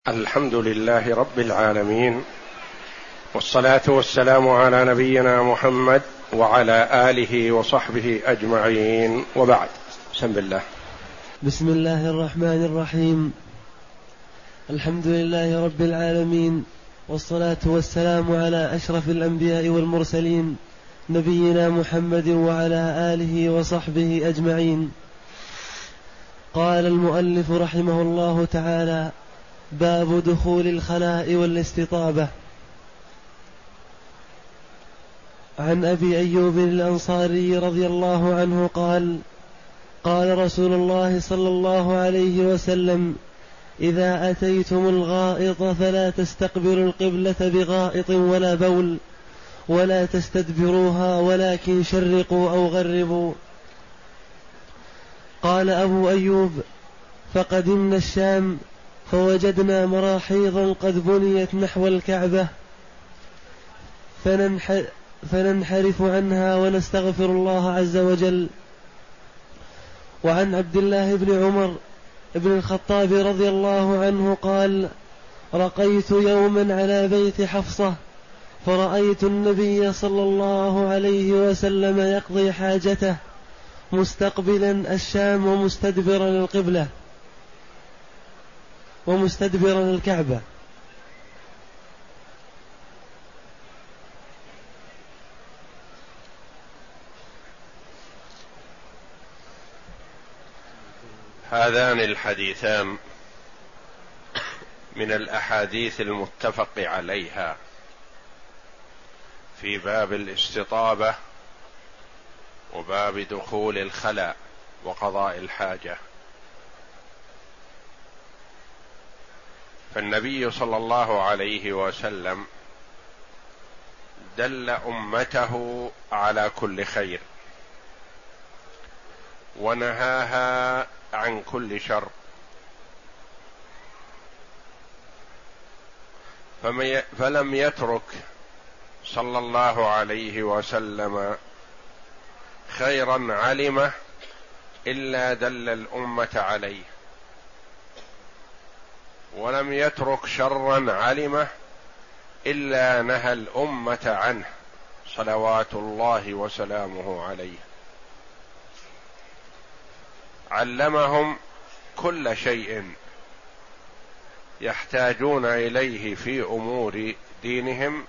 الحمد لله رب العالمين، والصلاة والسلام على نبينا محمد وعلى آله وصحبه أجمعين، وبعد. بسم الله الرحمن الرحيم. الحمد لله رب العالمين، والصلاة والسلام على أشرف الأنبياء والمرسلين، نبينا محمد وعلى آله وصحبه أجمعين. قال المؤلف رحمه الله تعالى: باب دخول الخلاء والاستطابة. عن أبي أيوب الأنصاري رضي الله عنه قال: قال رسول الله صلى الله عليه وسلم: إذا أتيتم الغائط فلا تستقبلوا القبلة بغائط ولا بول، ولا تستدبروها، ولكن شرقوا أو غربوا. قال أبو أيوب: فقدمنا الشام فوجدنا مراحيضا قد بنيت نحو الكعبة، فننحرف عنها ونستغفر الله عز وجل. وعن عبد الله بن عمر بن الخطاب رضي الله عنه قال: رقيت يوما على بيت حفصة فرأيت النبي صلى الله عليه وسلم يقضي حاجته مستقبلا الشام ومستدبرا القبلة ومستدبرا الكعبة. هذان الحديثان من الأحاديث المتفق عليها في باب الاستطابة وباب دخول الخلاء وقضاء الحاجة. فالنبي صلى الله عليه وسلم دل أمته على كل خير ونهاها عن كل شر، فلم يترك صلى الله عليه وسلم خيرا علمه إلا دل الأمة عليه، ولم يترك شرا علمه إلا نهى الأمة عنه صلوات الله وسلامه عليه. علمهم كل شيء يحتاجون إليه في أمور دينهم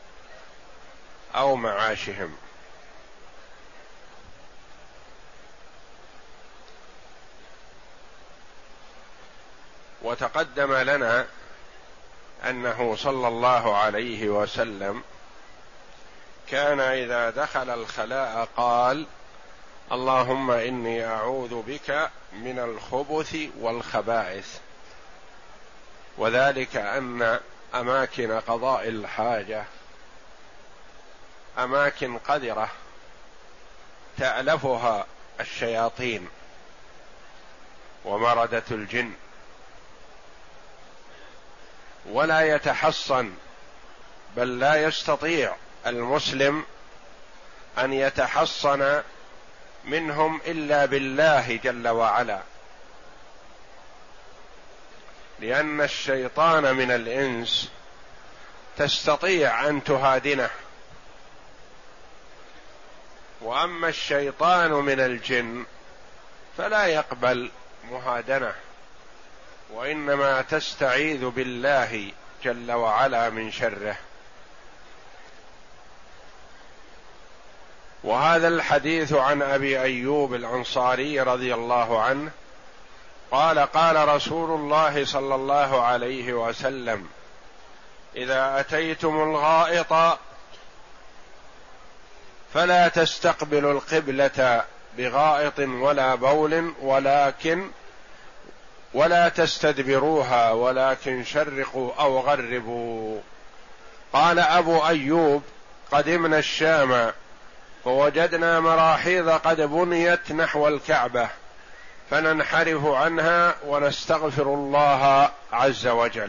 أو معاشهم. وتقدم لنا أنه صلى الله عليه وسلم كان إذا دخل الخلاء قال: اللهم إني أعوذ بك من الخبث والخبائث، وذلك أن أماكن قضاء الحاجة أماكن قذرة تألفها الشياطين ومردة الجن، ولا يتحصن بل لا يستطيع المسلم أن يتحصن منهم إلا بالله جل وعلا، لأن الشيطان من الإنس تستطيع أن تهادنه، وأما الشيطان من الجن فلا يقبل مهادنة، وإنما تستعيذ بالله جل وعلا من شره. وهذا الحديث عن أبي أيوب الأنصاري رضي الله عنه قال: قال رسول الله صلى الله عليه وسلم: إذا أتيتم الغائط فلا تستقبلوا القبلة بغائط ولا بول، ولا تستدبروها، ولكن شرقوا أو غربوا. قال أبو أيوب: قدمنا الشام فوجدنا مراحيض قد بنيت نحو الكعبة، فننحرف عنها ونستغفر الله عز وجل.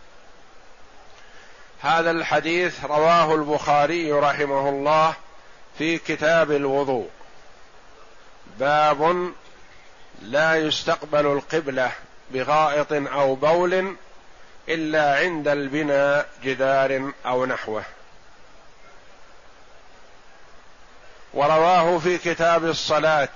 هذا الحديث رواه البخاري رحمه الله في كتاب الوضوء، باب لا يستقبل القبلة بغائط أو بول إلا عند البناء جدار أو نحوه. ورواه في كتاب الصلاة.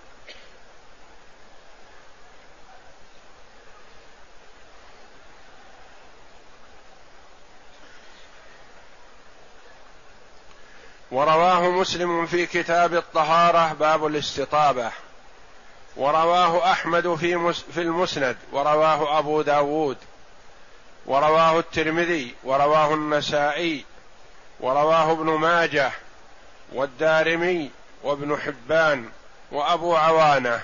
ورواه مسلم في كتاب الطهارة باب الاستطابة. ورواه أحمد في المسند، ورواه أبو داود، ورواه الترمذي، ورواه النسائي، ورواه ابن ماجه، والدارمي، وابن حبان، وأبو عوانة،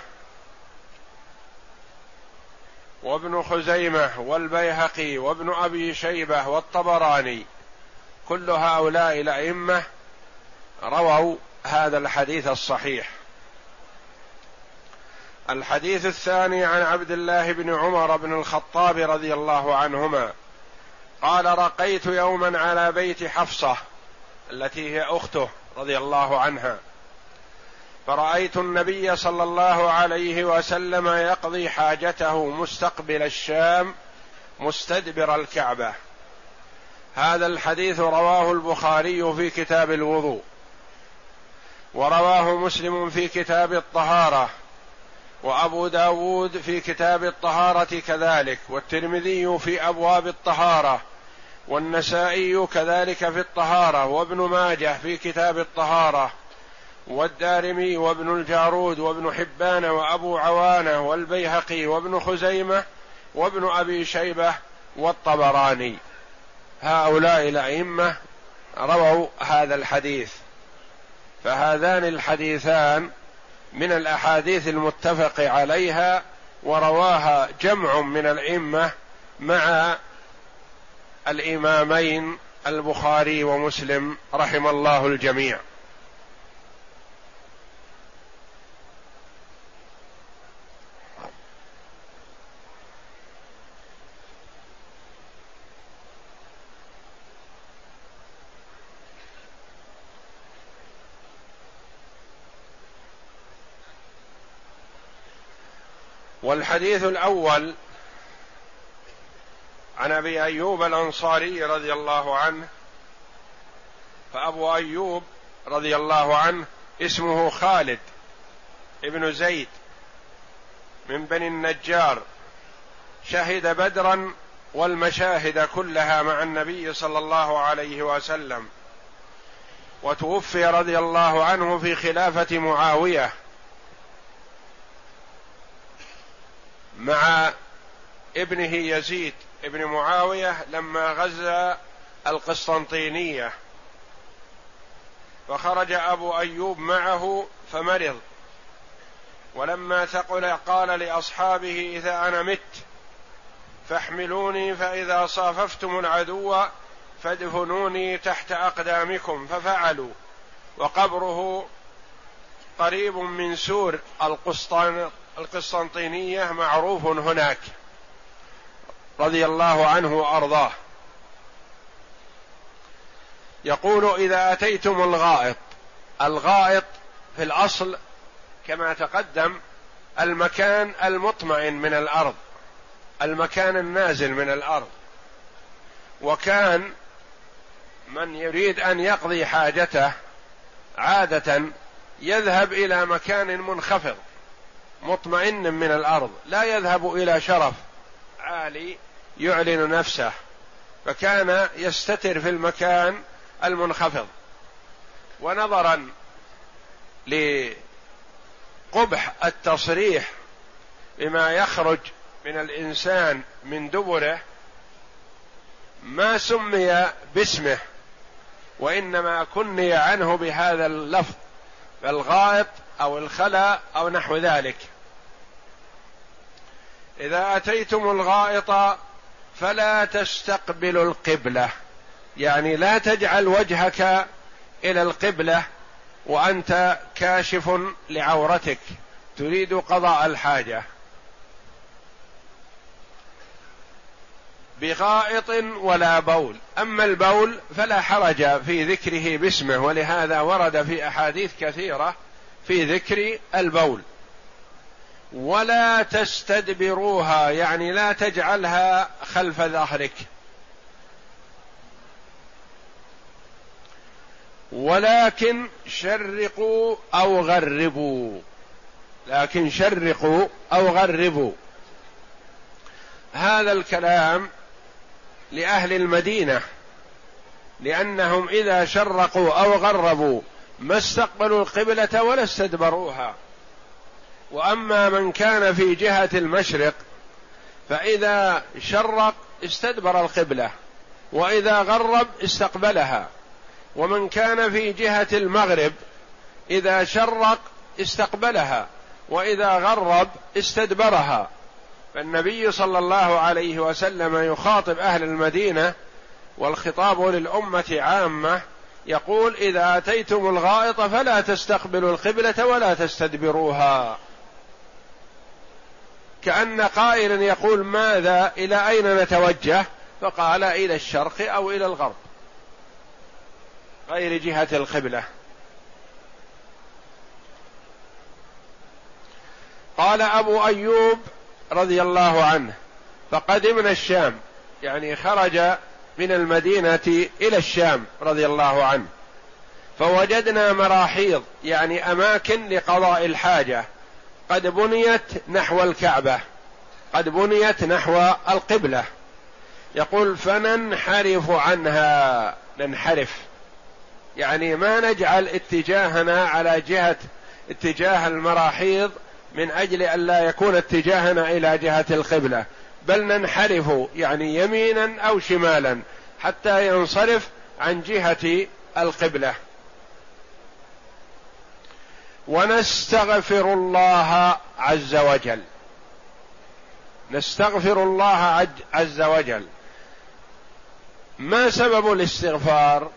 وابن خزيمة، والبيهقي، وابن أبي شيبة، والطبراني. كل هؤلاء الأئمة رووا هذا الحديث الصحيح. الحديث الثاني عن عبد الله بن عمر بن الخطاب رضي الله عنهما قال: رقيت يوما على بيت حفصة التي هي أخته رضي الله عنها، فرأيت النبي صلى الله عليه وسلم يقضي حاجته مستقبل الشام مستدبر الكعبة. هذا الحديث رواه البخاري في كتاب الوضوء، ورواه مسلم في كتاب الطهارة، وأبو داود في كتاب الطهارة كذلك، والترمذي في أبواب الطهارة، والنسائي كذلك في الطهارة، وابن ماجه في كتاب الطهارة، والدارمي، وابن الجارود، وابن حبان، وأبو عوانة، والبيهقي، وابن خزيمة، وابن أبي شيبة، والطبراني. هؤلاء الأئمة رووا هذا الحديث. فهذان الحديثان من الأحاديث المتفق عليها، ورواها جمع من الأئمة مع الإمامين البخاري ومسلم رحم الله الجميع. والحديث الأول عن أبي أيوب الأنصاري رضي الله عنه. فأبو أيوب رضي الله عنه اسمه خالد ابن زيد من بني النجار، شهد بدرا والمشاهد كلها مع النبي صلى الله عليه وسلم، وتوفي رضي الله عنه في خلافة معاوية مع ابنه يزيد ابن معاوية لما غزا القسطنطينية، فخرج أبو أيوب معه فمرض، ولما ثقل قال لأصحابه: إذا أنا مت فاحملوني، فإذا صاففتم العدو فادفنوني تحت أقدامكم، ففعلوا، وقبره قريب من سور القسطنطينية معروف هناك رضي الله عنه وأرضاه. يقول: إذا أتيتم الغائط في الأصل كما تقدم المكان المطمئن من الأرض، المكان النازل من الأرض. وكان من يريد أن يقضي حاجته عادة يذهب إلى مكان منخفض مطمئن من الأرض، لا يذهب إلى شرف عالي يعلن نفسه، فكان يستتر في المكان المنخفض. ونظرا لقبح التصريح بما يخرج من الإنسان من دبره ما سمي باسمه، وإنما كني عنه بهذا اللفظ، الغائط أو الخلاء أو نحو ذلك. إذا أتيتم الغائط فلا تستقبلوا القبلة، يعني لا تجعل وجهك إلى القبلة وأنت كاشف لعورتك تريد قضاء الحاجة. بغائط ولا بول. أما البول فلا حرج في ذكره باسمه، ولهذا ورد في أحاديث كثيرة في ذكر البول. ولا تستدبروها، يعني لا تجعلها خلف ظهرك، ولكن شرقوا أو غربوا، لكن شرقوا أو غربوا. هذا الكلام لأهل المدينة، لأنهم إذا شرقوا أو غربوا ما استقبلوا القبلة ولا استدبروها. وأما من كان في جهة المشرق فإذا شرق استدبر القبلة، وإذا غرب استقبلها. ومن كان في جهة المغرب إذا شرق استقبلها، وإذا غرب استدبرها. فالنبي صلى الله عليه وسلم يخاطب أهل المدينة، والخطاب للأمة عامة، يقول: إذا أتيتم الغائط فلا تستقبلوا القبلة ولا تستدبروها. كأن قائل يقول: ماذا، إلى أين نتوجه؟ فقال: إلى الشرق أو إلى الغرب غير جهة القبلة. قال أبو أيوب رضي الله عنه: فقدمنا الشام، يعني خرج من المدينة إلى الشام رضي الله عنه، فوجدنا مراحيض، يعني أماكن لقضاء الحاجة، قد بنيت نحو الكعبة، قد بنيت نحو القبلة. يقول: فننحرف عنها، ننحرف يعني ما نجعل اتجاهنا على جهة اتجاه المراحيض من أجل أن لا يكون اتجاهنا إلى جهة القبلة، بل ننحرف يعني يمينا أو شمالا حتى ينصرف عن جهة القبلة. ونستغفر الله عز وجل، نستغفر الله عز وجل. ما سبب الاستغفار؟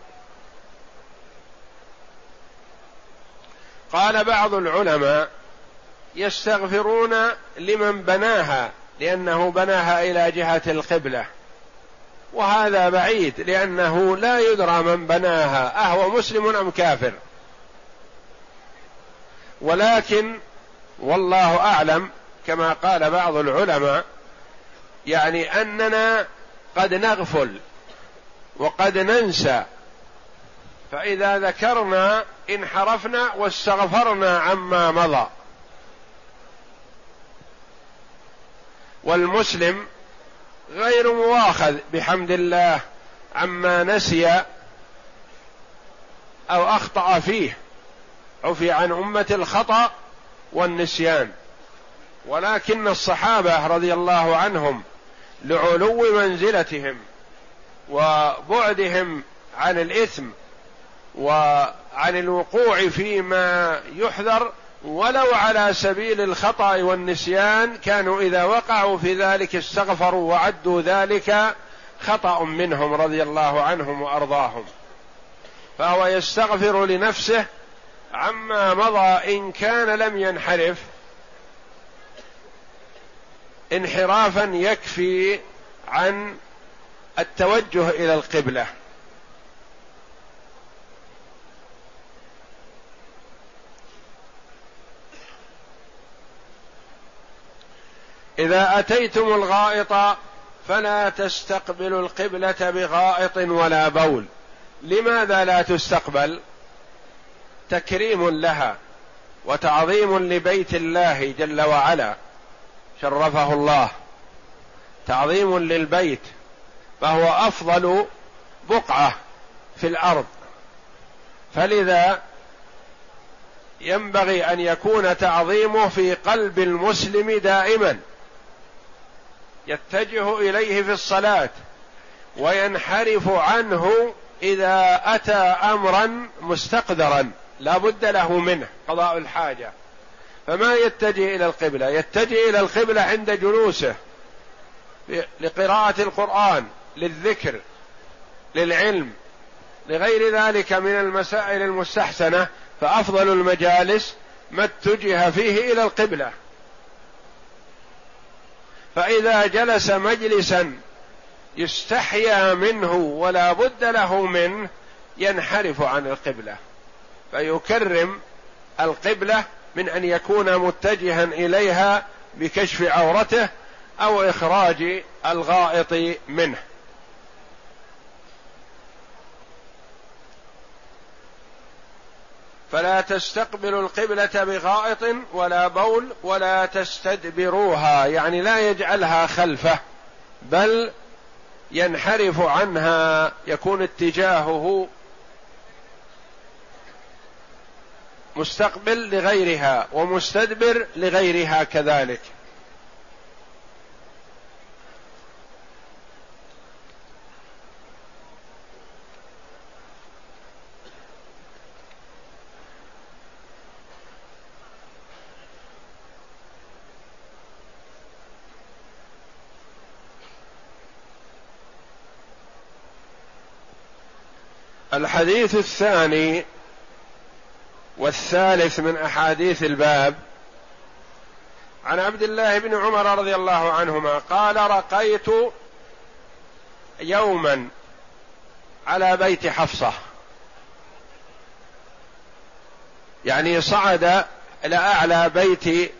قال بعض العلماء: يستغفرون لمن بناها، لأنه بناها إلى جهة القبلة، وهذا بعيد، لأنه لا يدرى من بناها أهو مسلم أم كافر. ولكن والله أعلم كما قال بعض العلماء، يعني أننا قد نغفل وقد ننسى، فإذا ذكرنا انحرفنا واستغفرنا عما مضى. والمسلم غير مواخذ بحمد الله عما نسي أو أخطأ فيه، عفي عن أمة الخطأ والنسيان. ولكن الصحابة رضي الله عنهم لعلو منزلتهم وبعدهم عن الإثم وعن الوقوع فيما يحذر ولو على سبيل الخطأ والنسيان، كانوا إذا وقعوا في ذلك استغفروا وعدوا ذلك خطأ منهم رضي الله عنهم وأرضاهم. فهو يستغفر لنفسه عما مضى إن كان لم ينحرف انحرافا يكفي عن التوجه إلى القبلة. إذا أتيتم الغائط فلا تستقبلوا القبلة بغائط ولا بول. لماذا لا تستقبل؟ تكريم لها وتعظيم لبيت الله جل وعلا شرفه الله، تعظيم للبيت، فهو أفضل بقعة في الأرض، فلذا ينبغي أن يكون تعظيمه في قلب المسلم دائما، يتجه إليه في الصلاة وينحرف عنه إذا أتى أمرا مستقدرا لا بد له منه، قضاء الحاجة، فما يتجه إلى القبلة، يتجه إلى القبلة عند جلوسه لقراءة القرآن، للذكر، للعلم، لغير ذلك من المسائل المستحسنة. فأفضل المجالس ما اتجه فيه إلى القبلة. فإذا جلس مجلسا يستحيا منه ولا بد له منه ينحرف عن القبلة، فيكرم القبلة من أن يكون متجها إليها بكشف عورته أو إخراج الغائط منه. فلا تستقبلوا القبلة بغائط ولا بول ولا تستدبروها، يعني لا يجعلها خلفه بل ينحرف عنها، يكون اتجاهه مستقبل لغيرها ومستدبر لغيرها كذلك. الحديث الثاني والثالث من أحاديث الباب عن عبد الله بن عمر رضي الله عنهما قال: رقيت يوما على بيت حفصة، يعني صعد إلى أعلى بيت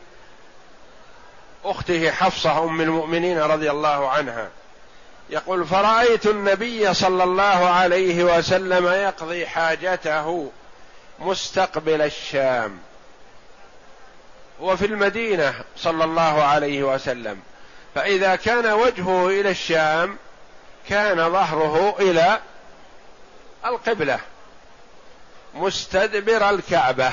أخته حفصة أم المؤمنين رضي الله عنها، يقول: فرأيت النبي صلى الله عليه وسلم يقضي حاجته مستقبل الشام، وفي المدينة صلى الله عليه وسلم، فإذا كان وجهه إلى الشام كان ظهره إلى القبلة مستدبر الكعبة.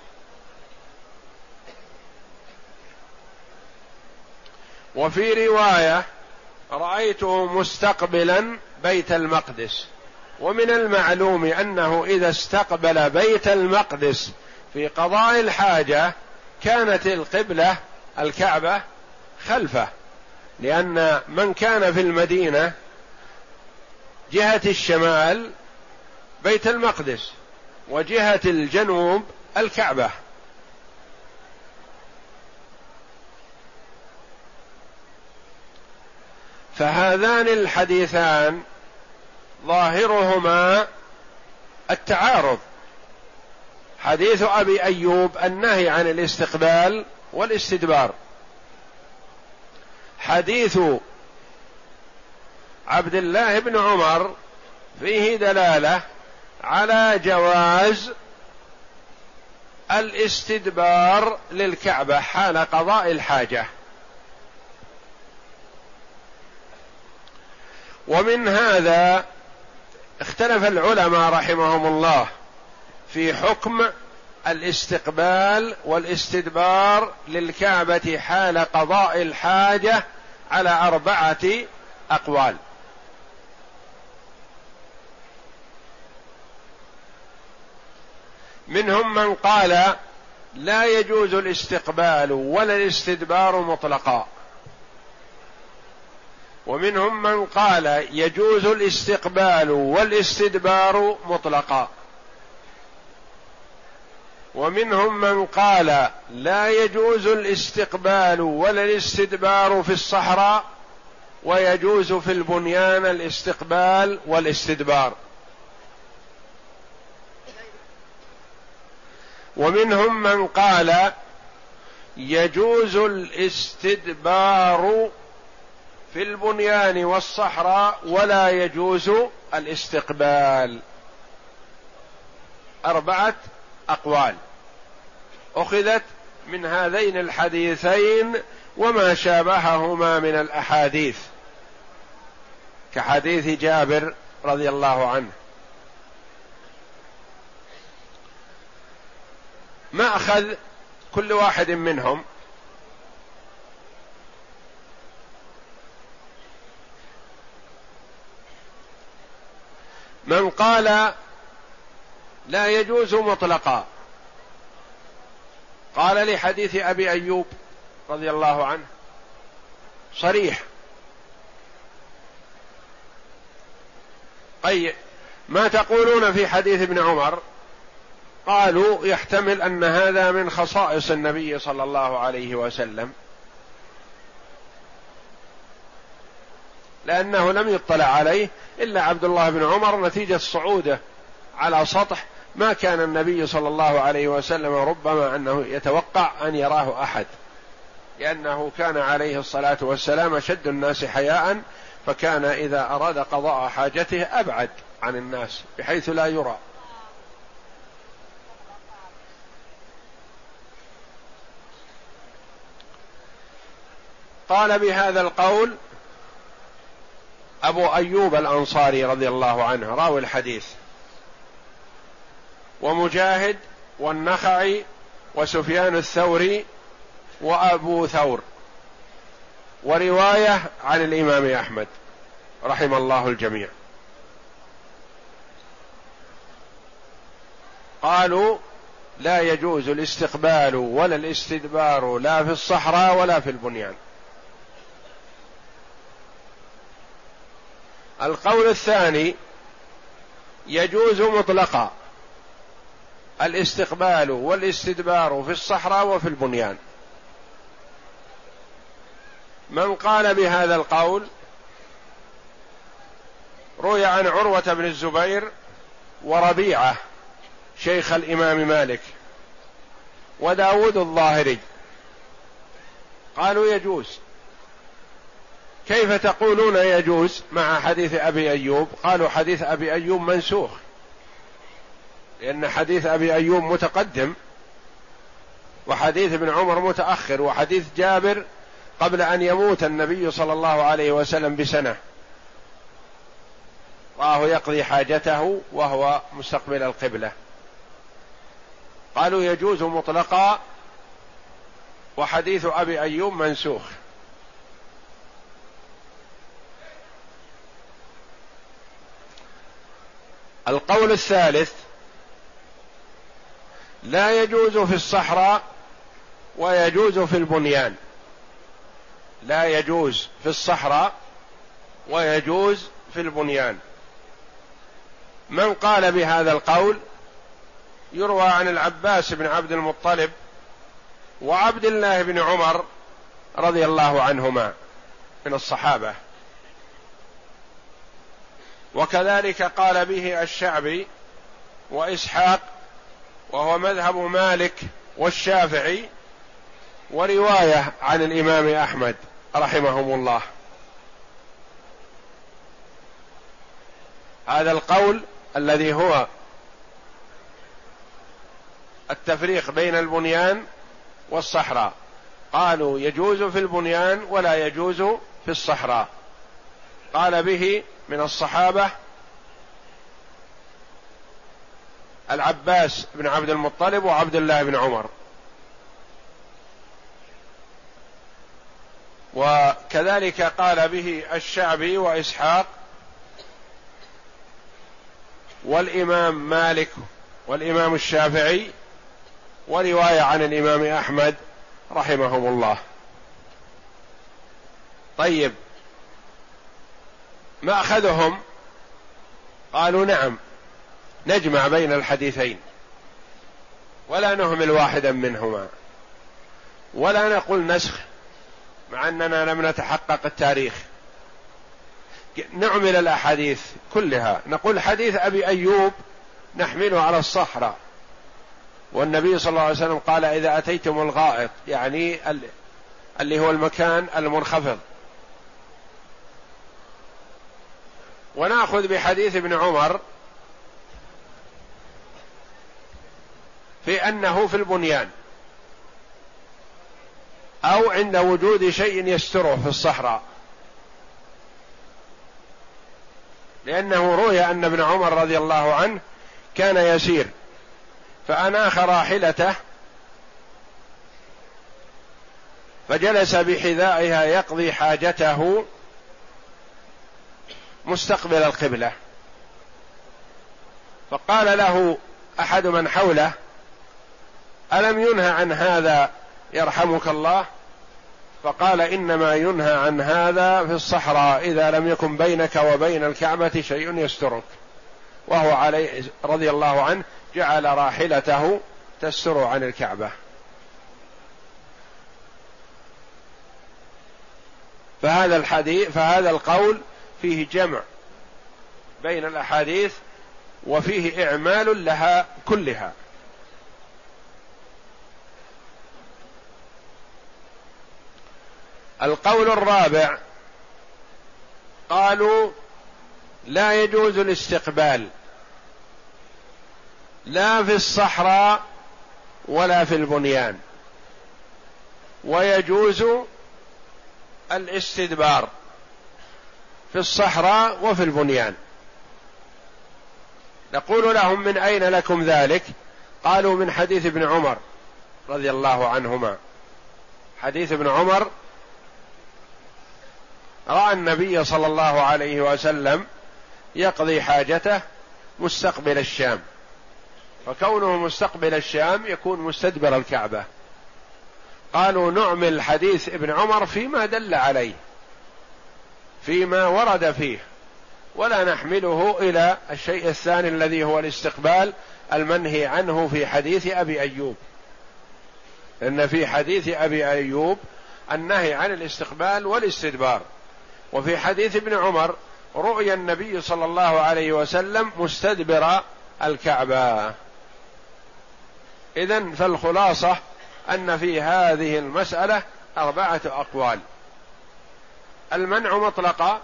وفي رواية: رأيته مستقبلا بيت المقدس. ومن المعلوم أنه إذا استقبل بيت المقدس في قضاء الحاجة كانت القبلة الكعبة خلفه، لأن من كان في المدينة جهة الشمال بيت المقدس وجهة الجنوب الكعبة. فهذان الحديثان ظاهرهما التعارض، حديث أبي أيوب النهي عن الاستقبال والاستدبار، حديث عبد الله بن عمر فيه دلالة على جواز الاستدبار للكعبة حال قضاء الحاجة. ومن هذا اختلف العلماء رحمهم الله في حكم الاستقبال والاستدبار للكعبة حال قضاء الحاجة على 4 أقوال. منهم من قال لا يجوز الاستقبال ولا الاستدبار مطلقا، ومنهم من قال يجوز الاستقبال والاستدبار مطلقا، ومنهم من قال لا يجوز الاستقبال ولا الاستدبار في الصحراء ويجوز في البنيان الاستقبال والاستدبار، ومنهم من قال يجوز الاستدبار في البنيان والصحراء ولا يجوز الاستقبال. 4 أقوال أخذت من هذين الحديثين وما شابههما من الأحاديث، كحديث جابر رضي الله عنه. ما أخذ كل واحد منهم؟ من قال لا يجوز مطلقا قال لحديث أبي أيوب رضي الله عنه صريح. طيب ما تقولون في حديث ابن عمر؟ قالوا يحتمل أن هذا من خصائص النبي صلى الله عليه وسلم، لأنه لم يطلع عليه إلا عبد الله بن عمر نتيجة صعوده على سطح ما كان النبي صلى الله عليه وسلم ربما أنه يتوقع أن يراه أحد، لأنه كان عليه الصلاة والسلام أشد الناس حياء، فكان إذا أراد قضاء حاجته أبعد عن الناس بحيث لا يرى. قال بهذا القول أبو أيوب الأنصاري رضي الله عنه راوي الحديث، ومجاهد والنخعي وسفيان الثوري وأبو ثور، ورواية عن الإمام أحمد رحم الله الجميع. قالوا لا يجوز الاستقبال ولا الاستدبار لا في الصحراء ولا في البنيان. القول الثاني يجوز مطلقا الاستقبال والاستدبار في الصحراء وفي البنيان. من قال بهذا القول روي عن عروة بن الزبير وربيعة شيخ الإمام مالك وداود الظاهري، قالوا يجوز. كيف تقولون يجوز مع حديث أبي أيوب؟ قالوا حديث أبي أيوب منسوخ، لأن حديث أبي أيوب متقدم وحديث ابن عمر متأخر، وحديث جابر قبل أن يموت النبي صلى الله عليه وسلم بسنة رآه يقضي حاجته وهو مستقبل القبلة. قالوا يجوز مطلقا وحديث أبي أيوب منسوخ. القول الثالث لا يجوز في الصحراء ويجوز في البنيان، لا يجوز في الصحراء ويجوز في البنيان. من قال بهذا القول يروى عن العباس بن عبد المطلب وعبد الله بن عمر رضي الله عنهما من الصحابة، وكذلك قال به الشعبي وإسحاق وهو مذهب مالك والشافعي، ورواية عن الإمام أحمد رحمهم الله. هذا القول الذي هو التفريق بين البنيان والصحراء، قالوا يجوز في البنيان ولا يجوز في الصحراء. قال به من الصحابة العباس بن عبد المطلب وعبد الله بن عمر، وكذلك قال به الشعبي وإسحاق والإمام مالك والإمام الشافعي، ورواية عن الإمام أحمد رحمهم الله. طيب ما أخذهم؟ قالوا نعم نجمع بين الحديثين ولا نهمل واحدا منهما، ولا نقول نسخ مع أننا لم نتحقق التاريخ، نعمل الأحاديث كلها. نقول حديث أبي أيوب نحمله على الصحراء، والنبي صلى الله عليه وسلم قال إذا أتيتم الغائط، يعني اللي هو المكان المنخفض. ونأخذ بحديث ابن عمر في أنه في البنيان أو عند وجود شيء يستره في الصحراء، لأنه روي أن ابن عمر رضي الله عنه كان يسير فأناخ راحلته فجلس بحذائها يقضي حاجته مستقبل القبلة، فقال له أحد من حوله ألم ينهى عن هذا يرحمك الله؟ فقال إنما ينهى عن هذا في الصحراء إذا لم يكن بينك وبين الكعبة شيء يسترك. وهو عليه رضي الله عنه جعل راحلته تستر عن الكعبة. فهذا القول فيه جمع بين الأحاديث وفيه إعمال لها كلها. القول الرابع قالوا لا يجوز الاستقبال لا في الصحراء ولا في البنيان، ويجوز الاستدبار في الصحراء وفي البنيان. نقول لهم من أين لكم ذلك؟ قالوا من حديث ابن عمر رضي الله عنهما. حديث ابن عمر رأى النبي صلى الله عليه وسلم يقضي حاجته مستقبل الشام، فكونه مستقبل الشام يكون مستدبر الكعبة. قالوا نعمل حديث ابن عمر فيما دل عليه، فيما ورد فيه، ولا نحمله إلى الشيء الثاني الذي هو الاستقبال المنهي عنه في حديث أبي أيوب، لأن في حديث أبي أيوب النهي عن الاستقبال والاستدبار، وفي حديث ابن عمر رؤيا النبي صلى الله عليه وسلم مستدبر الكعبة. إذن فالخلاصة أن في هذه المسألة 4 أقوال: المنع مطلقا،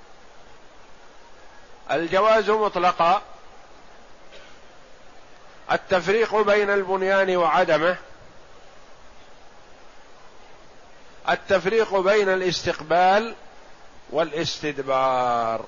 الجواز مطلقا، التفريق بين البنيان وعدمه، التفريق بين الاستقبال والاستدبار.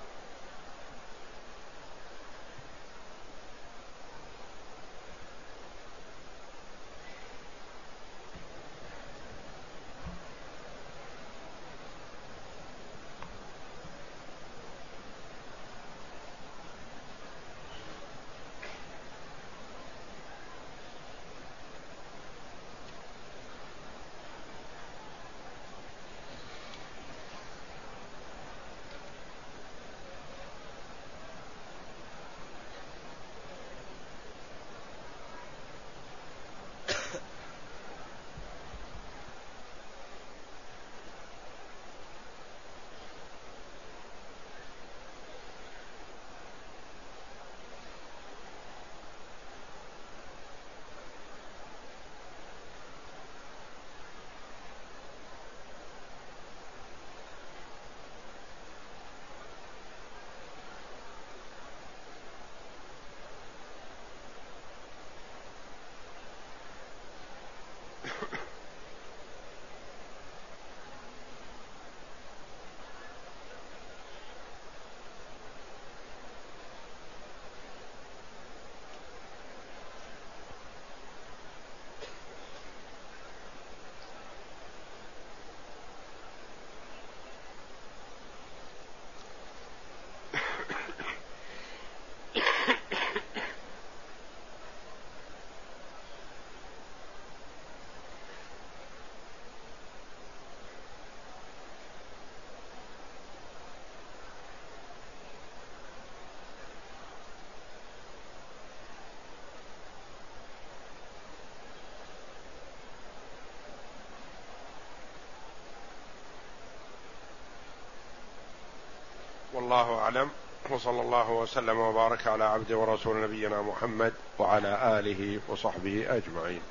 والله أعلم، وصلى الله وسلم وبارك على عبد ورسول نبينا محمد وعلى آله وصحبه أجمعين.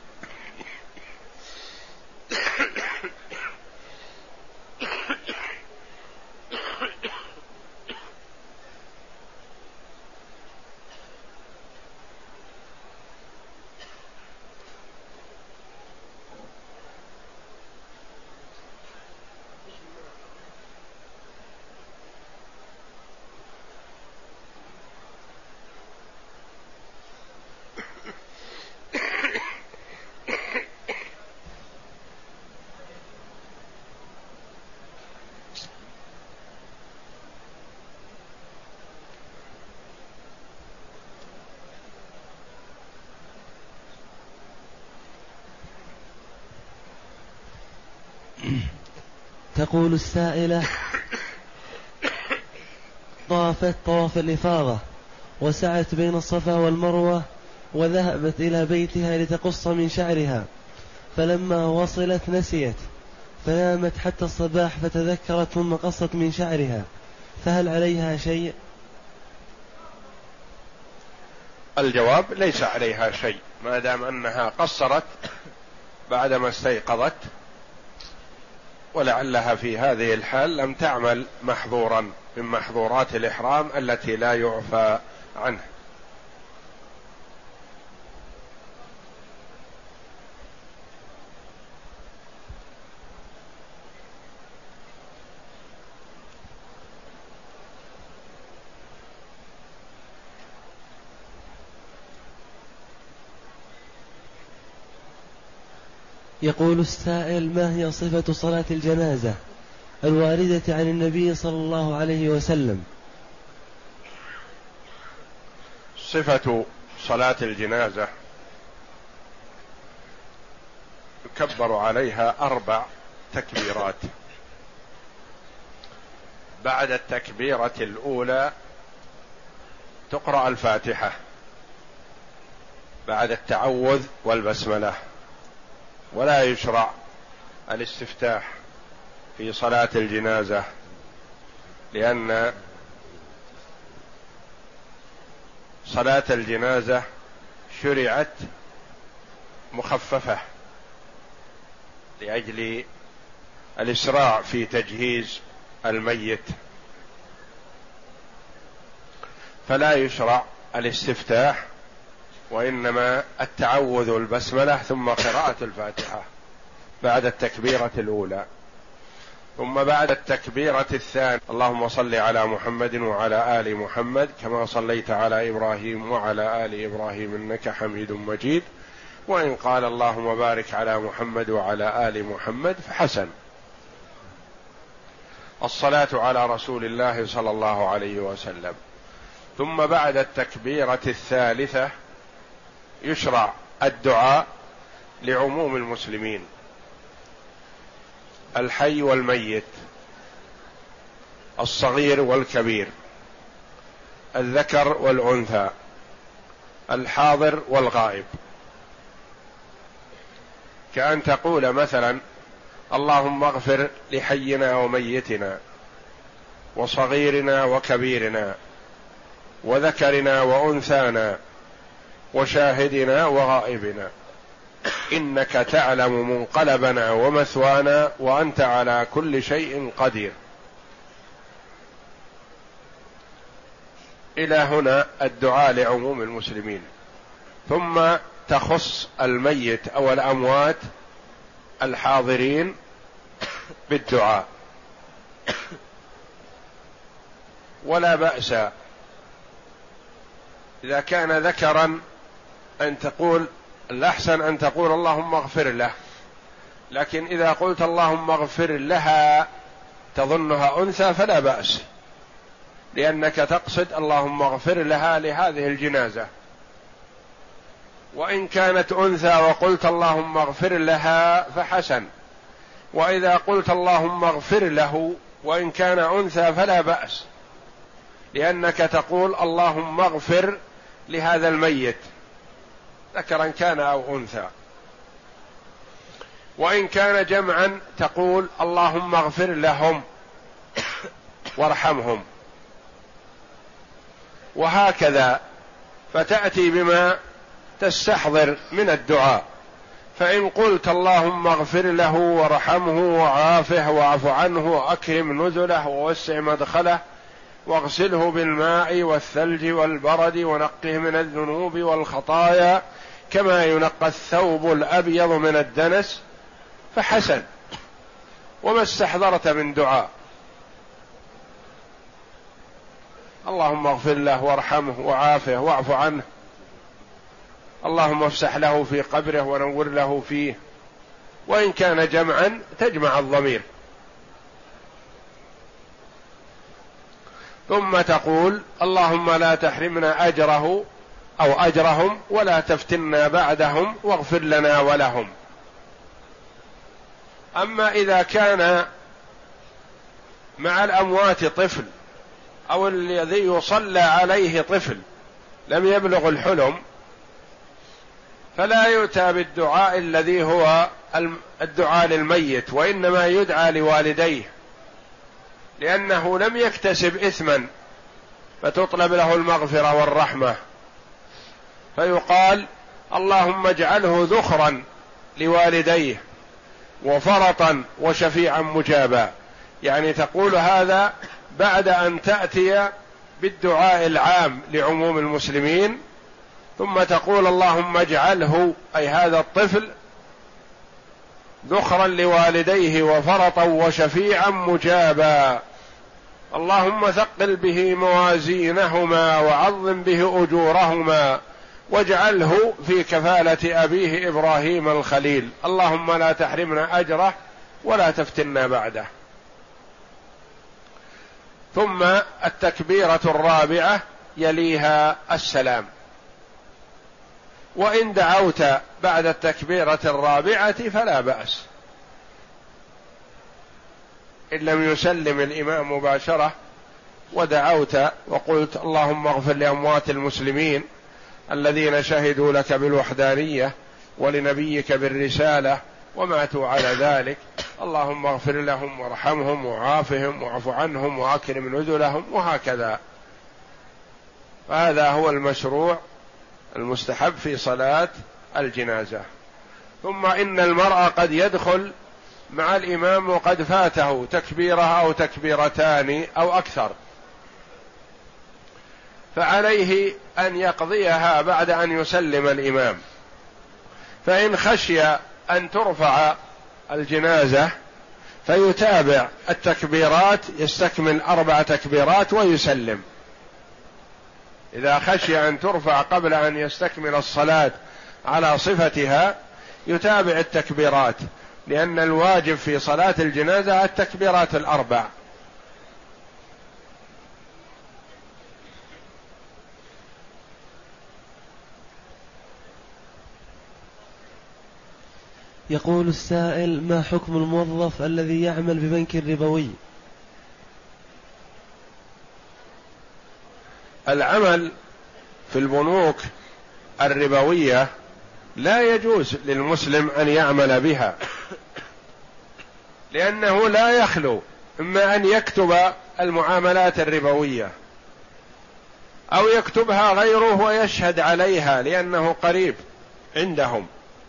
تقول السائلة: طافت طواف الإفاضة وسعت بين الصفا والمروة وذهبت إلى بيتها لتقص من شعرها، فلما وصلت نسيت فنامت حتى الصباح فتذكرت ثم قصت من شعرها، فهل عليها شيء؟ الجواب ليس عليها شيء ما دام أنها قصرت بعدما استيقظت، ولعلها في هذه الحال لم تعمل محظورا من محظورات الإحرام التي لا يعفى عنه. يقول السائل: ما هي صفة صلاة الجنازة الواردة عن النبي صلى الله عليه وسلم؟ صفة صلاة الجنازة يكبر عليها 4 تكبيرات. بعد التكبيرة الأولى تقرأ الفاتحة بعد التعوذ والبسملة، ولا يشرع الاستفتاح في صلاة الجنازة، لأن صلاة الجنازة شرعت مخففة لأجل الإسراع في تجهيز الميت، فلا يشرع الاستفتاح، وإنما التعوذ والبسملة ثم قراءة الفاتحة بعد التكبيرة الأولى. ثم بعد التكبيرة الثانية اللهم صل على محمد وعلى آل محمد كما صليت على إبراهيم وعلى آل إبراهيم إنك حميد مجيد، وإن قال اللهم بارك على محمد وعلى آل محمد فحسن. الصلاة على رسول الله صلى الله عليه وسلم. ثم بعد التكبيرة الثالثة يشرع الدعاء لعموم المسلمين، الحي والميت، الصغير والكبير، الذكر والأنثى، الحاضر والغائب، كأن تقول مثلا: اللهم اغفر لحينا وميتنا وصغيرنا وكبيرنا وذكرنا وأنثانا وشاهدنا وغائبنا، إنك تعلم منقلبنا ومثوانا وأنت على كل شيء قدير. إلى هنا الدعاء لعموم المسلمين. ثم تخص الميت أو الأموات الحاضرين بالدعاء، ولا بأس إذا كان ذكرا أن تقول، الأحسن أن تقول اللهم اغفر له، لكن إذا قلت اللهم اغفر لها تظنها أنثى فلا بأس، لأنك تقصد اللهم اغفر لها لهذه الجنازة. وإن كانت أنثى وقلت اللهم اغفر لها فحسن، وإذا قلت اللهم اغفر له وإن كان أنثى فلا بأس، لأنك تقول اللهم اغفر لهذا الميت ذكرا كان أو أنثى. وإن كان جمعا تقول اللهم اغفر لهم وارحمهم، وهكذا، فتأتي بما تستحضر من الدعاء. فإن قلت اللهم اغفر له وارحمه وعافه واعف عنه وأكرم نزله ووسع مدخله واغسله بالماء والثلج والبرد ونقه من الذنوب والخطايا كما ينقى الثوب الأبيض من الدنس فحسن، وما استحضرت من دعاء. اللهم اغفر له وارحمه وعافه واعف عنه، اللهم افسح له في قبره ونور له فيه. وإن كان جمعا تجمع الضمير. ثم تقول اللهم لا تحرمنا أجره أو أجرهم ولا تفتنا بعدهم واغفر لنا ولهم. أما إذا كان مع الأموات طفل أو الذي يصلى عليه طفل لم يبلغ الحلم، فلا يؤتى بالدعاء الذي هو الدعاء للميت، وإنما يدعى لوالديه، لأنه لم يكتسب إثما فتطلب له المغفرة والرحمة. فيقال اللهم اجعله ذخرا لوالديه وفرطا وشفيعا مجابا، يعني تقول هذا بعد أن تأتي بالدعاء العام لعموم المسلمين، ثم تقول اللهم اجعله أي هذا الطفل ذخرا لوالديه وفرطا وشفيعا مجابا، اللهم ثقل به موازينهما وعظم به أجورهما واجعله في كفالة أبيه إبراهيم الخليل، اللهم لا تحرمنا أجره ولا تفتنا بعده. ثم التكبيرة الرابعة يليها السلام، وإن دعوت بعد التكبيرة الرابعة فلا بأس، إن لم يسلم الإمام مباشرة ودعوت وقلت اللهم اغفر لأموات المسلمين الذين شهدوا لك بالوحدانية ولنبيك بالرسالة وماتوا على ذلك، اللهم اغفر لهم وارحمهم وعافهم واعف عنهم وأكرم نزلهم، وهكذا. فهذا هو المشروع المستحب في صلاة الجنازة. ثم إن المرء قد يدخل مع الإمام وقد فاته تكبيرة أو تكبيرتان أو أكثر، فعليه أن يقضيها بعد أن يسلم الإمام، فإن خشي أن ترفع الجنازة فيتابع التكبيرات، يستكمل 4 تكبيرات ويسلم. إذا خشي أن ترفع قبل أن يستكمل الصلاة على صفتها يتابع التكبيرات، لأن الواجب في صلاة الجنازة التكبيرات 4. يقول السائل: ما حكم الموظف الذي يعمل ببنك ربوي؟ العمل في البنوك الربوية لا يجوز للمسلم أن يعمل بها، لأنه لا يخلو إما أن يكتب المعاملات الربوية أو يكتبها غيره ويشهد عليها لأنه قريب عندهم،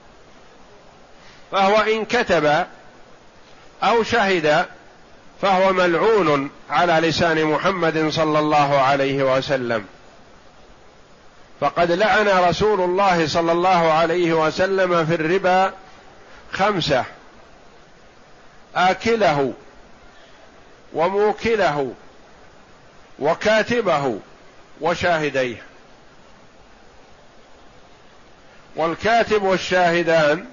فهو إن كتب أو شهد فهو ملعون على لسان محمد صلى الله عليه وسلم، فقد لعن رسول الله صلى الله عليه وسلم في الربا 5: آكله وموكله وكاتبه وشاهديه. والكاتب والشاهدان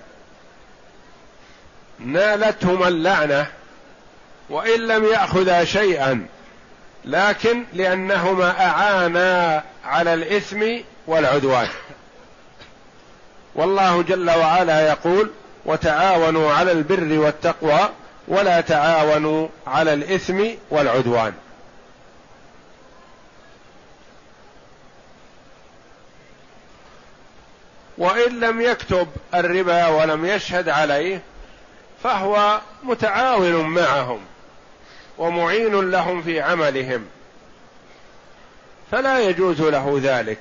نالتهما اللعنة وإن لم يأخذا شيئا، لكن لأنهما أعانا على الإثم والعدوان، والله جل وعلا يقول: وتعاونوا على البر والتقوى ولا تعاونوا على الإثم والعدوان. وإن لم يكتب الربا ولم يشهد عليه فهو متعاون معهم ومعين لهم في عملهم، فلا يجوز له ذلك.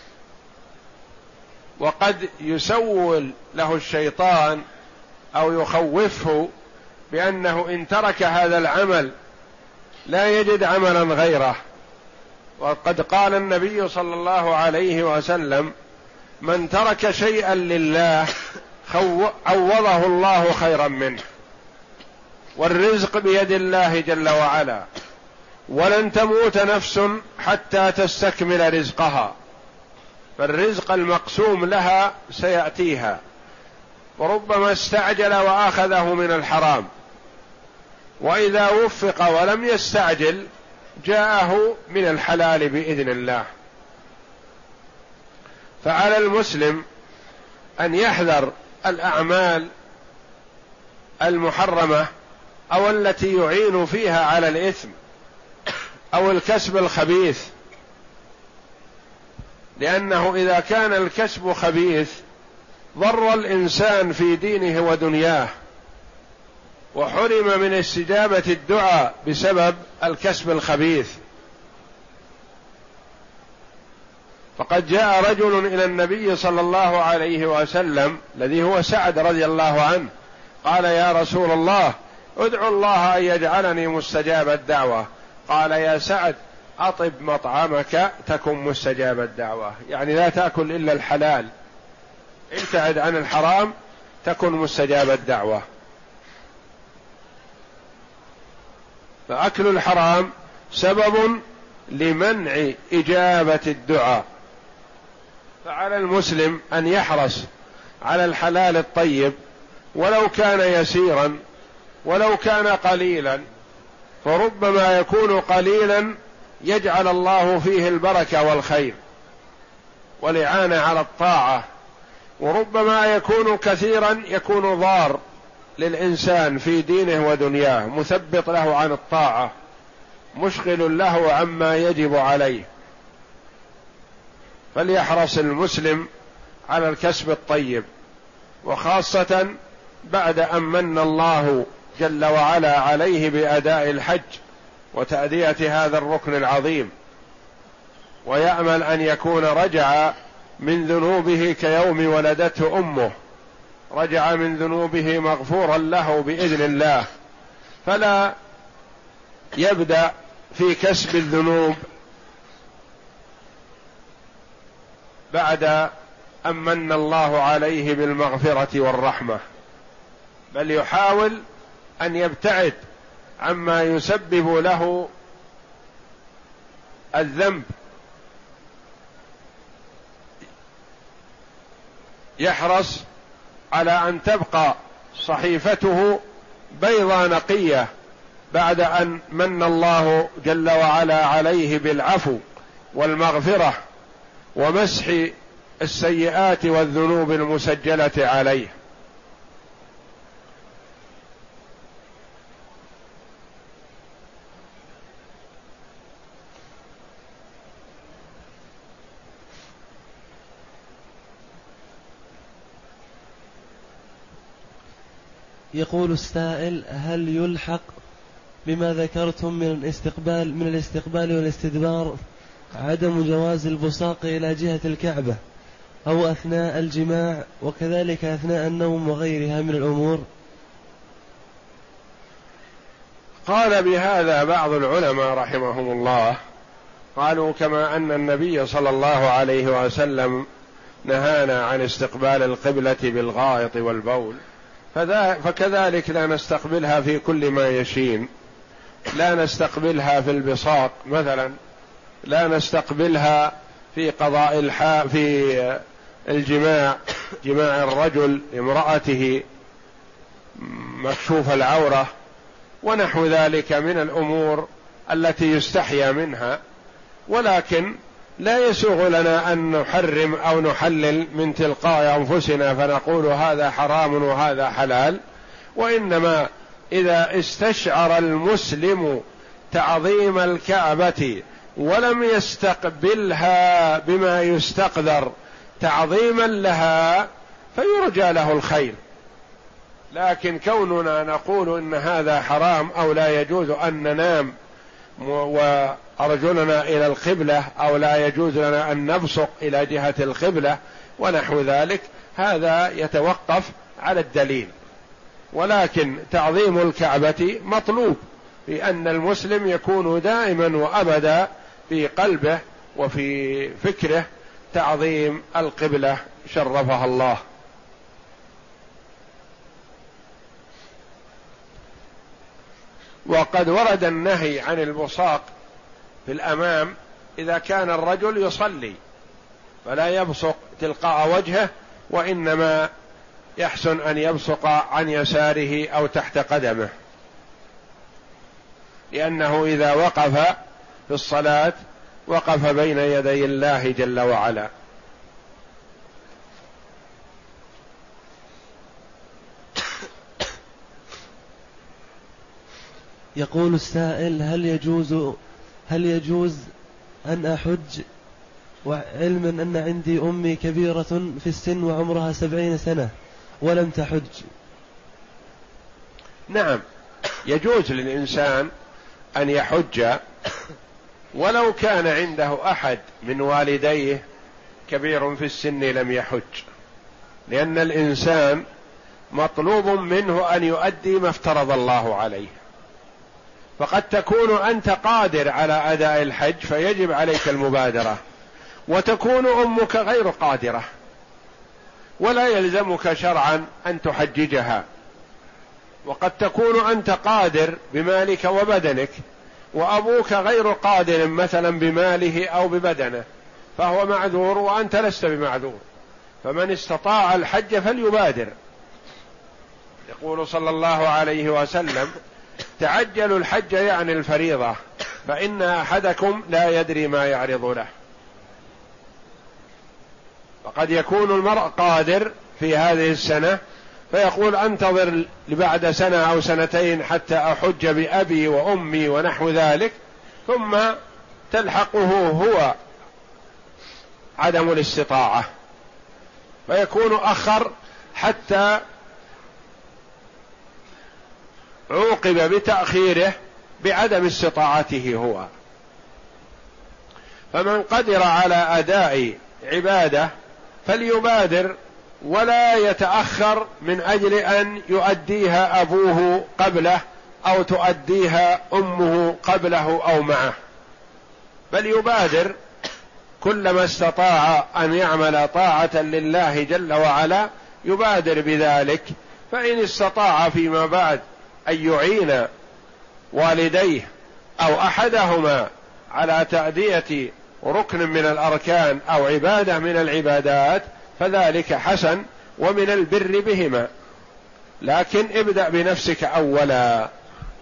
وقد يسول له الشيطان أو يخوفه بأنه إن ترك هذا العمل لا يجد عملا غيره، وقد قال النبي صلى الله عليه وسلم: من ترك شيئا لله عوضه الله خيرا منه، والرزق بيد الله جل وعلا، ولن تموت نفس حتى تستكمل رزقها، فالرزق المقسوم لها سيأتيها، وربما استعجل وأخذه من الحرام، وإذا وفق ولم يستعجل جاءه من الحلال بإذن الله. فعلى المسلم أن يحذر الأعمال المحرمة أو التي يعين فيها على الإثم أو الكسب الخبيث، لأنه إذا كان الكسب خبيث ضر الإنسان في دينه ودنياه، وحرم من استجابة الدعاء بسبب الكسب الخبيث. فقد جاء رجل إلى النبي صلى الله عليه وسلم الذي هو سعد رضي الله عنه، قال: يا رسول الله، ادعو الله أن يجعلني مستجاب الدعوة. قال: يا سعد، أطب مطعمك تكن مستجاب الدعوة، يعني لا تأكل إلا الحلال، ابتعد عن الحرام تكن مستجاب الدعوة. فأكل الحرام سبب لمنع إجابة الدعاء، فعلى المسلم أن يحرص على الحلال الطيب ولو كان يسيرا ولو كان قليلا، فربما يكون قليلا يجعل الله فيه البركة والخير والإعانة على الطاعة، وربما يكون كثيرا يكون ضار للإنسان في دينه ودنياه، مثبط له عن الطاعة، مشغل له عما يجب عليه. فليحرص المسلم على الكسب الطيب، وخاصة بعد أن من الله جل وعلا عليه بأداء الحج وتأدية هذا الركن العظيم، ويأمل أن يكون رجع من ذنوبه كيوم ولدته أمه، رجع من ذنوبه مغفورا له بإذن الله، فلا يبدأ في كسب الذنوب بعد أن من الله عليه بالمغفرة والرحمة، بل يحاول أن يبتعد عما يسبب له الذنب، يحرص على أن تبقى صحيفته بيضا نقية بعد أن من الله جل وعلا عليه بالعفو والمغفرة ومسح السيئات والذنوب المسجلة عليه. يقول السائل: هل يلحق بما ذكرتم من الاستقبال والاستدبار عدم جواز البصاق إلى جهة الكعبة أو أثناء الجماع، وكذلك أثناء النوم وغيرها من الأمور؟ قال بهذا بعض العلماء رحمهم الله، قالوا: كما أن النبي صلى الله عليه وسلم نهانا عن استقبال القبلة بالغائط والبول، فكذلك لا نستقبلها في كل ما يشين، لا نستقبلها في البصاق مثلا، لا نستقبلها في قضاء في الجماع، جماع الرجل امرأته مكشوف العورة ونحو ذلك من الأمور التي يستحيا منها. ولكن لا يسوغ لنا أن نحرم أو نحلل من تلقاء أنفسنا فنقول هذا حرام وهذا حلال، وإنما إذا استشعر المسلم تعظيم الكعبة ولم يستقبلها بما يستقدر تعظيما لها فيرجى له الخير. لكن كوننا نقول إن هذا حرام أو لا يجوز أن ننام وأرجلنا إلى القبلة أو لا يجوز لنا أن نبصق إلى جهة القبلة ونحو ذلك، هذا يتوقف على الدليل. ولكن تعظيم الكعبة مطلوب، لأن المسلم يكون دائما وأبدا في قلبه وفي فكره تعظيم القبلة شرفها الله. وقد ورد النهي عن البصاق في الأمام إذا كان الرجل يصلي، فلا يبصق تلقاء وجهه، وإنما يحسن أن يبصق عن يساره أو تحت قدمه، لأنه إذا وقف في الصلاة وقف بين يدي الله جل وعلا. يقول السائل: هل يجوز أن أحج وعلما أن عندي أمي كبيرة في السن وعمرها 70 سنة ولم تحج؟ نعم، يجوز للإنسان أن يحج ولو كان عنده أحد من والديه كبير في السن لم يحج، لأن الإنسان مطلوب منه أن يؤدي ما افترض الله عليه، فقد تكون أنت قادر على أداء الحج فيجب عليك المبادرة، وتكون أمك غير قادرة ولا يلزمك شرعا أن تحججها، وقد تكون أنت قادر بمالك وبدنك وأبوك غير قادر مثلا بماله أو ببدنه، فهو معذور وأنت لست بمعذور، فمن استطاع الحج فليبادر. يقول صلى الله عليه وسلم: تعجلوا الحج يعني الفريضة، فإن أحدكم لا يدري ما يعرض له. فقد يكون المرء قادر في هذه السنة فيقول: أنتظر لبعد سنة أو سنتين حتى أحج بأبي وأمي ونحو ذلك، ثم تلحقه هو عدم الاستطاعة، فيكون أخر حتى عوقب بتأخيره بعدم استطاعته هو. فمن قدر على أداء عبادة فليبادر ولا يتأخر من أجل أن يؤديها أبوه قبله أو تؤديها أمه قبله أو معه، بل يبادر كلما استطاع أن يعمل طاعة لله جل وعلا يبادر بذلك. فإن استطاع فيما بعد أن يعين والديه أو أحدهما على تأدية ركن من الأركان أو عبادة من العبادات فذلك حسن ومن البر بهما، لكن ابدأ بنفسك أولا.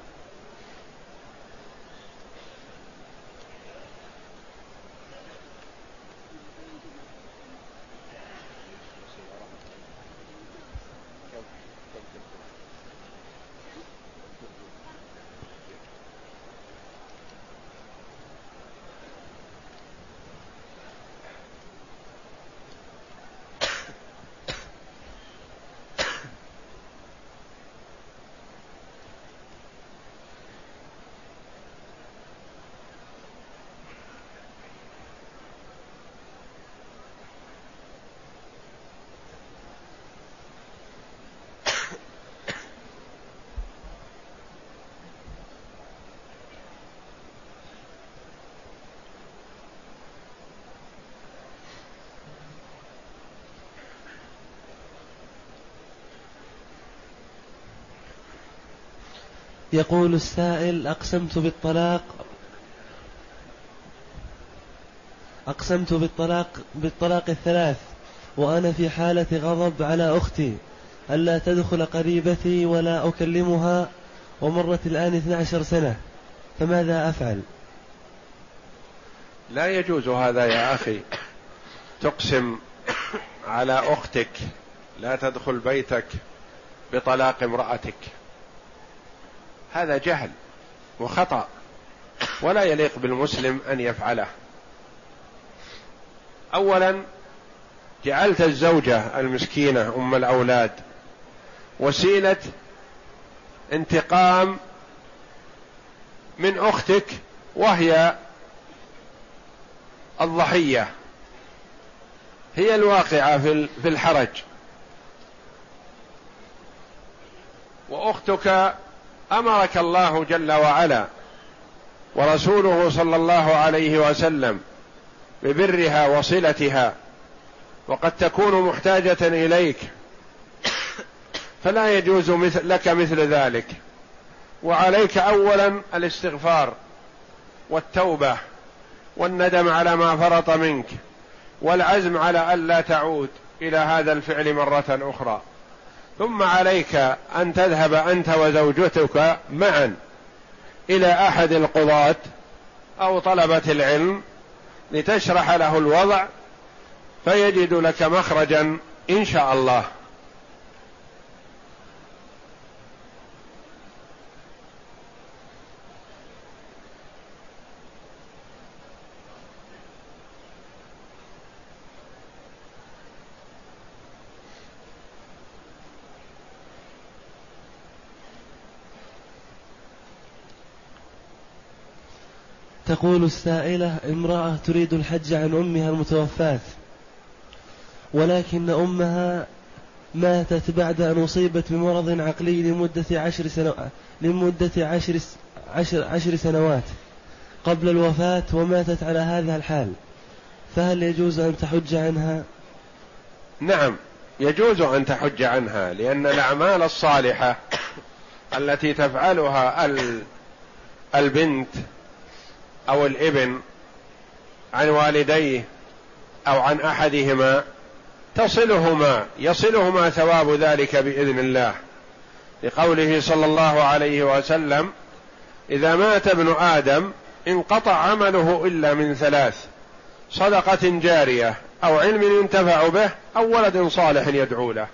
يقول السائل: أقسمت بالطلاق الثلاث، وأنا في حالة غضب على أختي ألا تدخل قريبتي ولا أكلمها، ومرت الآن 12 سنة، فماذا أفعل؟ لا يجوز هذا يا أخي، تقسم على أختك لا تدخل بيتك بطلاق امرأتك، هذا جهل وخطأ ولا يليق بالمسلم أن يفعله. أولا جعلت الزوجة المسكينة أم الأولاد وسيلة انتقام من أختك وهي الضحية، هي الواقعة في الحرج، وأختك أمرك الله جل وعلا ورسوله صلى الله عليه وسلم ببرها وصلتها، وقد تكون محتاجة إليك، فلا يجوز لك مثل ذلك. وعليك أولا الاستغفار والتوبة والندم على ما فرط منك والعزم على ألا تعود إلى هذا الفعل مرة أخرى، ثم عليك أن تذهب أنت وزوجتك معا إلى أحد القضاة أو طلبة العلم لتشرح له الوضع فيجد لك مخرجا إن شاء الله. تقول السائلة: امرأة تريد الحج عن أمها المتوفاة ولكن أمها ماتت بعد أن أصيبت بمرض عقلي لمدة 10 سنوات قبل الوفاة، وماتت على هذا الحال، فهل يجوز أن تحج عنها؟ نعم، يجوز أن تحج عنها، لأن الأعمال الصالحة التي تفعلها البنت أو الابن عن والديه أو عن أحدهما يصلهما ثواب ذلك بإذن الله، لقوله صلى الله عليه وسلم: إذا مات ابن آدم انقطع عمله إلا من 3: صدقة جارية أو علم ينتفع به أو ولد صالح يدعو له.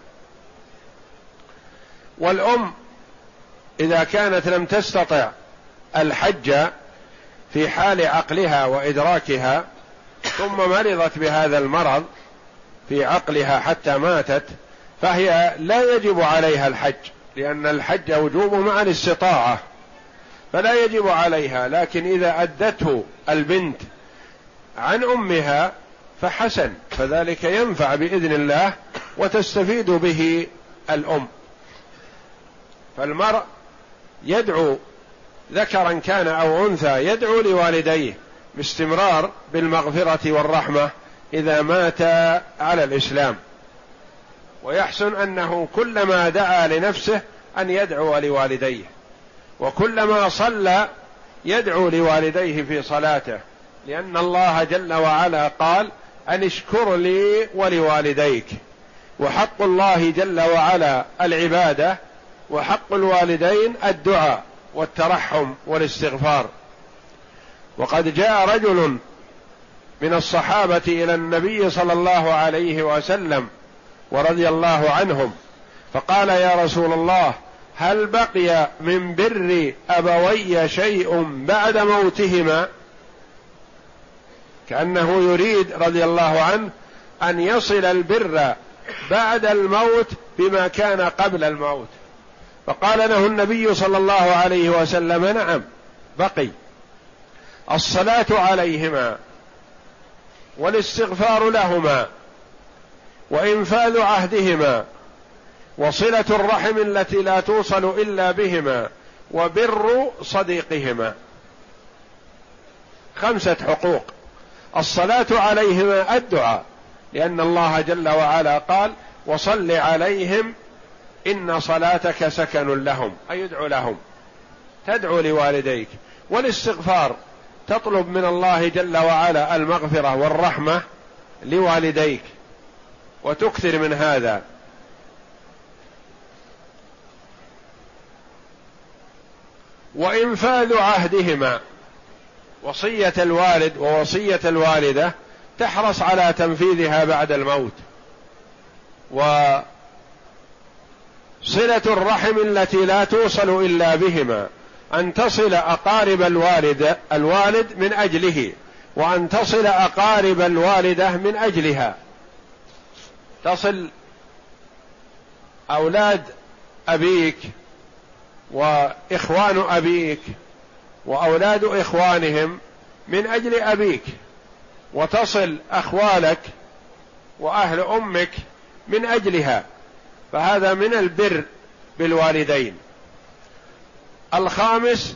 والأم إذا كانت لم تستطع الحج في حال عقلها وإدراكها، ثم مرضت بهذا المرض في عقلها حتى ماتت، فهي لا يجب عليها الحج، لأن الحج وجوبه مع الاستطاعة، فلا يجب عليها. لكن إذا أدته البنت عن أمها فحسن، فذلك ينفع بإذن الله وتستفيد به الأم. فالمرء يدعو ذكرا كان أو أنثى، يدعو لوالديه باستمرار بالمغفرة والرحمة إذا مات على الإسلام، ويحسن أنه كلما دعا لنفسه أن يدعو لوالديه، وكلما صلى يدعو لوالديه في صلاته، لأن الله جل وعلا قال: أن اشكر لي ولوالديك. وحق الله جل وعلا العبادة، وحق الوالدين الدعاء والترحم والاستغفار. وقد جاء رجل من الصحابة إلى النبي صلى الله عليه وسلم ورضي الله عنهم، فقال: يا رسول الله، هل بقي من بر أبوي شيء بعد موتهما؟ كأنه يريد رضي الله عنه أن يصل البر بعد الموت بما كان قبل الموت. فقال له النبي صلى الله عليه وسلم: نعم، بقي الصلاة عليهما والاستغفار لهما وإنفاذ عهدهما وصلة الرحم التي لا توصل إلا بهما وبر صديقهما. 5 حقوق. الصلاة عليهما الدعاء، لأن الله جل وعلا قال: وصل عليهم إن صلاتك سكن لهم، أي ادعو لهم، تدعو لوالديك. والاستغفار، تطلب من الله جل وعلا المغفرة والرحمة لوالديك وتكثر من هذا. وإنفاذ عهدهما، وصية الوالد ووصية الوالدة تحرص على تنفيذها بعد الموت. وصلة الرحم التي لا توصل إلا بهما، أن تصل أقارب الوالد من أجله، وأن تصل أقارب الوالدة من أجلها. تصل أولاد أبيك وإخوان أبيك وأولاد إخوانهم من أجل أبيك، وتصل أخوالك وأهل أمك من أجلها، فهذا من البر بالوالدين. 5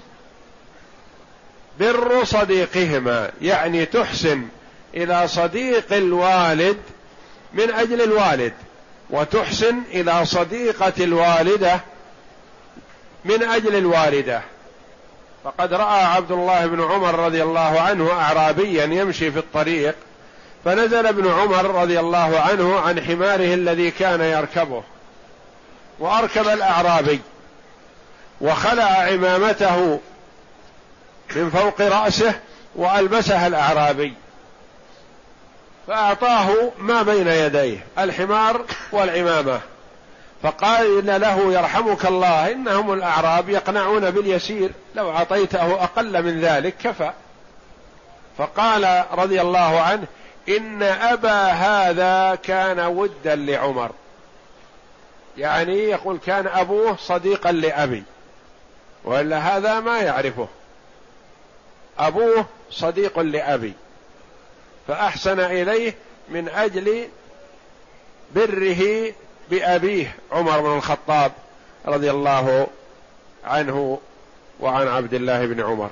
بر صديقهما، يعني تحسن إلى صديق الوالد من أجل الوالد، وتحسن إلى صديقة الوالدة من أجل الوالدة. فقد رأى عبد الله بن عمر رضي الله عنه أعرابيا يمشي في الطريق، فنزل ابن عمر رضي الله عنه عن حماره الذي كان يركبه، وأركب الأعرابي وخلع عمامته من فوق رأسه وألبسها الأعرابي، فأعطاه ما بين يديه، الحمار والعمامة، فقال له: يرحمك الله، إنهم الأعراب يقنعون باليسير، لو أعطيته أقل من ذلك كفى. فقال رضي الله عنه: إن أبا هذا كان ودا لعمر، يعني يقول كان أبوه صديقا لأبي، وإلا هذا ما يعرفه، أبوه صديق لأبي، فأحسن إليه من أجل بره بأبيه عمر بن الخطاب رضي الله عنه وعن عبد الله بن عمر.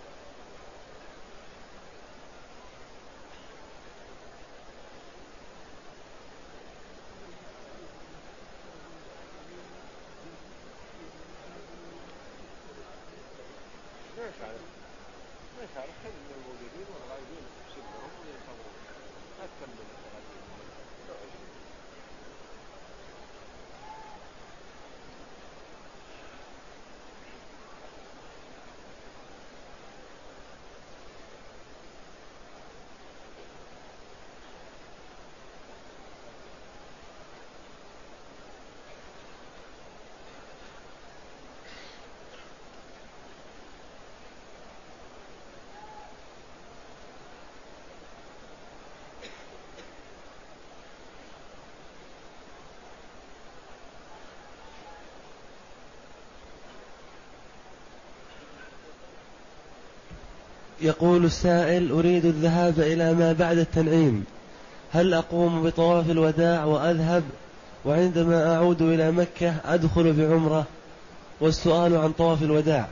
يقول السائل: أريد الذهاب إلى ما بعد التنعيم، هل أقوم بطواف الوداع وأذهب، وعندما أعود إلى مكة أدخل بعمرة؟ والسؤال عن طواف الوداع.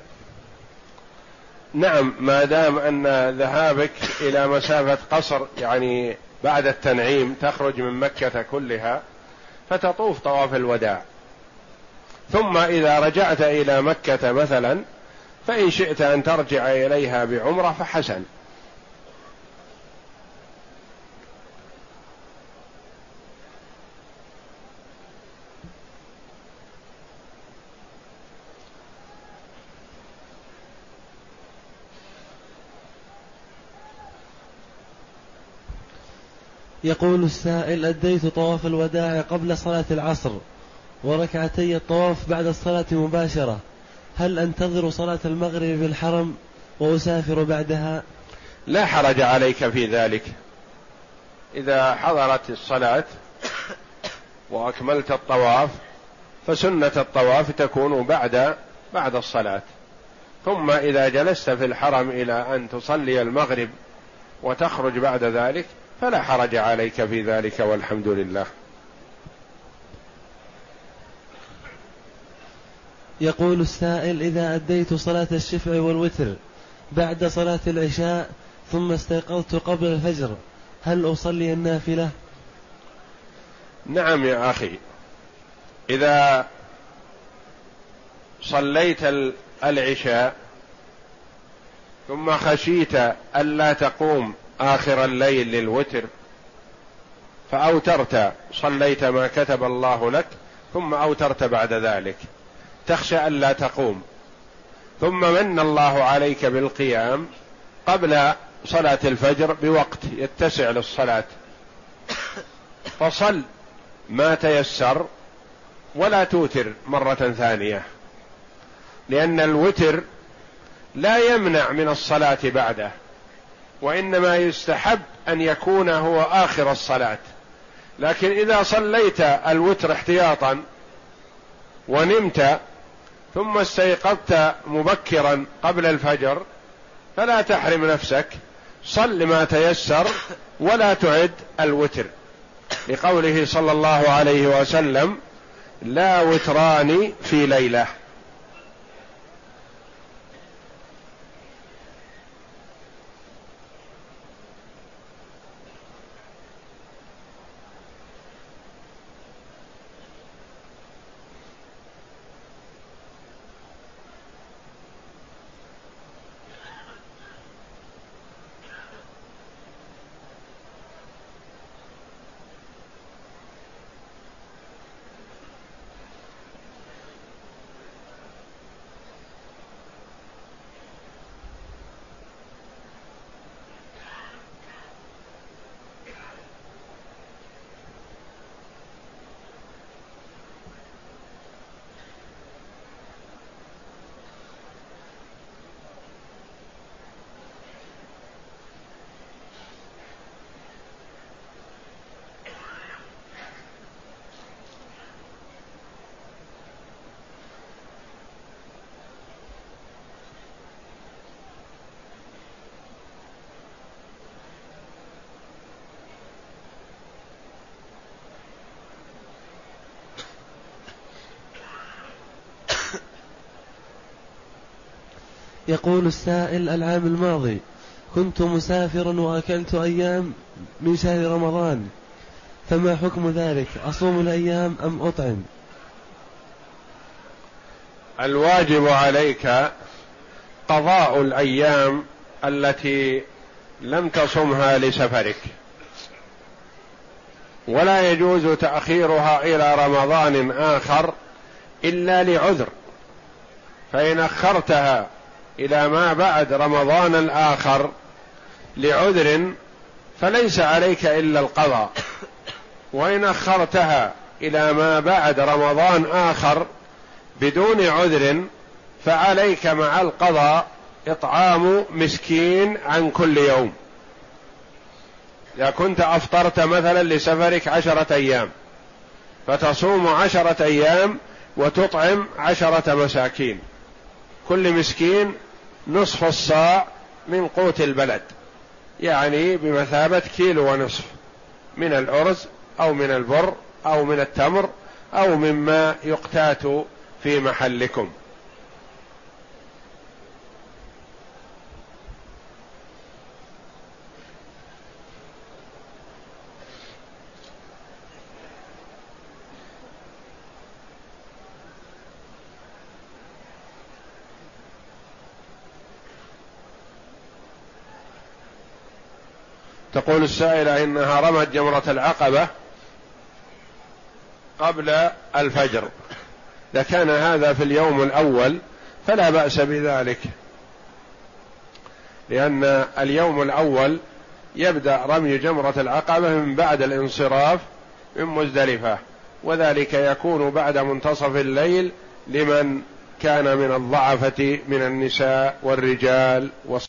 نعم، ما دام أن ذهابك إلى مسافة قصر يعني بعد التنعيم تخرج من مكة كلها فتطوف طواف الوداع، ثم إذا رجعت إلى مكة مثلا فإن شئت أن ترجع إليها بعمرة فحسن. يقول السائل: أديت طواف الوداع قبل صلاة العصر وركعتي الطواف بعد الصلاة مباشرة، هل أنتظر صلاة المغرب بالحرم وأسافر بعدها؟ لا حرج عليك في ذلك، إذا حضرت الصلاة وأكملت الطواف فسنة الطواف تكون بعد الصلاة، ثم إذا جلست في الحرم إلى أن تصلي المغرب وتخرج بعد ذلك فلا حرج عليك في ذلك، والحمد لله. يقول السائل: إذا أديت صلاة الشفع والوتر بعد صلاة العشاء ثم استيقظت قبل الفجر هل أصلي النافلة؟ نعم يا أخي، إذا صليت العشاء ثم خشيت ألا تقوم آخر الليل للوتر فأوترت، صليت ما كتب الله لك ثم أوترت بعد ذلك، تخشى ألا تقوم، ثم من الله عليك بالقيام قبل صلاة الفجر بوقت يتسع للصلاة، فصل ما تيسر ولا توتر مرة ثانية، لأن الوتر لا يمنع من الصلاة بعده، وإنما يستحب أن يكون هو آخر الصلاة. لكن إذا صليت الوتر احتياطا ونمت ثم استيقظت مبكرا قبل الفجر فلا تحرم نفسك، صل ما تيسر ولا تعد الوتر، لقوله صلى الله عليه وسلم: لا وتران في ليلة. يقول السائل: العام الماضي كنت مسافرا وأكلت أيام من شهر رمضان، فما حكم ذلك؟ أصوم الأيام أم أطعم؟ الواجب عليك قضاء الأيام التي لم تصمها لسفرك، ولا يجوز تأخيرها إلى رمضان آخر إلا لعذر، فإن أخرتها إلى ما بعد رمضان الآخر لعذر فليس عليك إلا القضاء، وإن أخرتها إلى ما بعد رمضان آخر بدون عذر فعليك مع القضاء إطعام مسكين عن كل يوم. إذا كنت أفطرت مثلا لسفرك 10 أيام فتصوم 10 أيام وتطعم 10 مساكين، كل مسكين نصف الصاع من قوت البلد، يعني بمثابة 1.5 كيلو من الأرز أو من البر أو من التمر أو مما يقتات في محلكم. تقول السائلة إنها رمت جمرة العقبة قبل الفجر، إذا كان هذا في اليوم الأول فلا بأس بذلك، لأن اليوم الأول يبدأ رمي جمرة العقبة من بعد الانصراف من مزدلفة، وذلك يكون بعد منتصف الليل لمن كان من الضعفة من النساء والرجال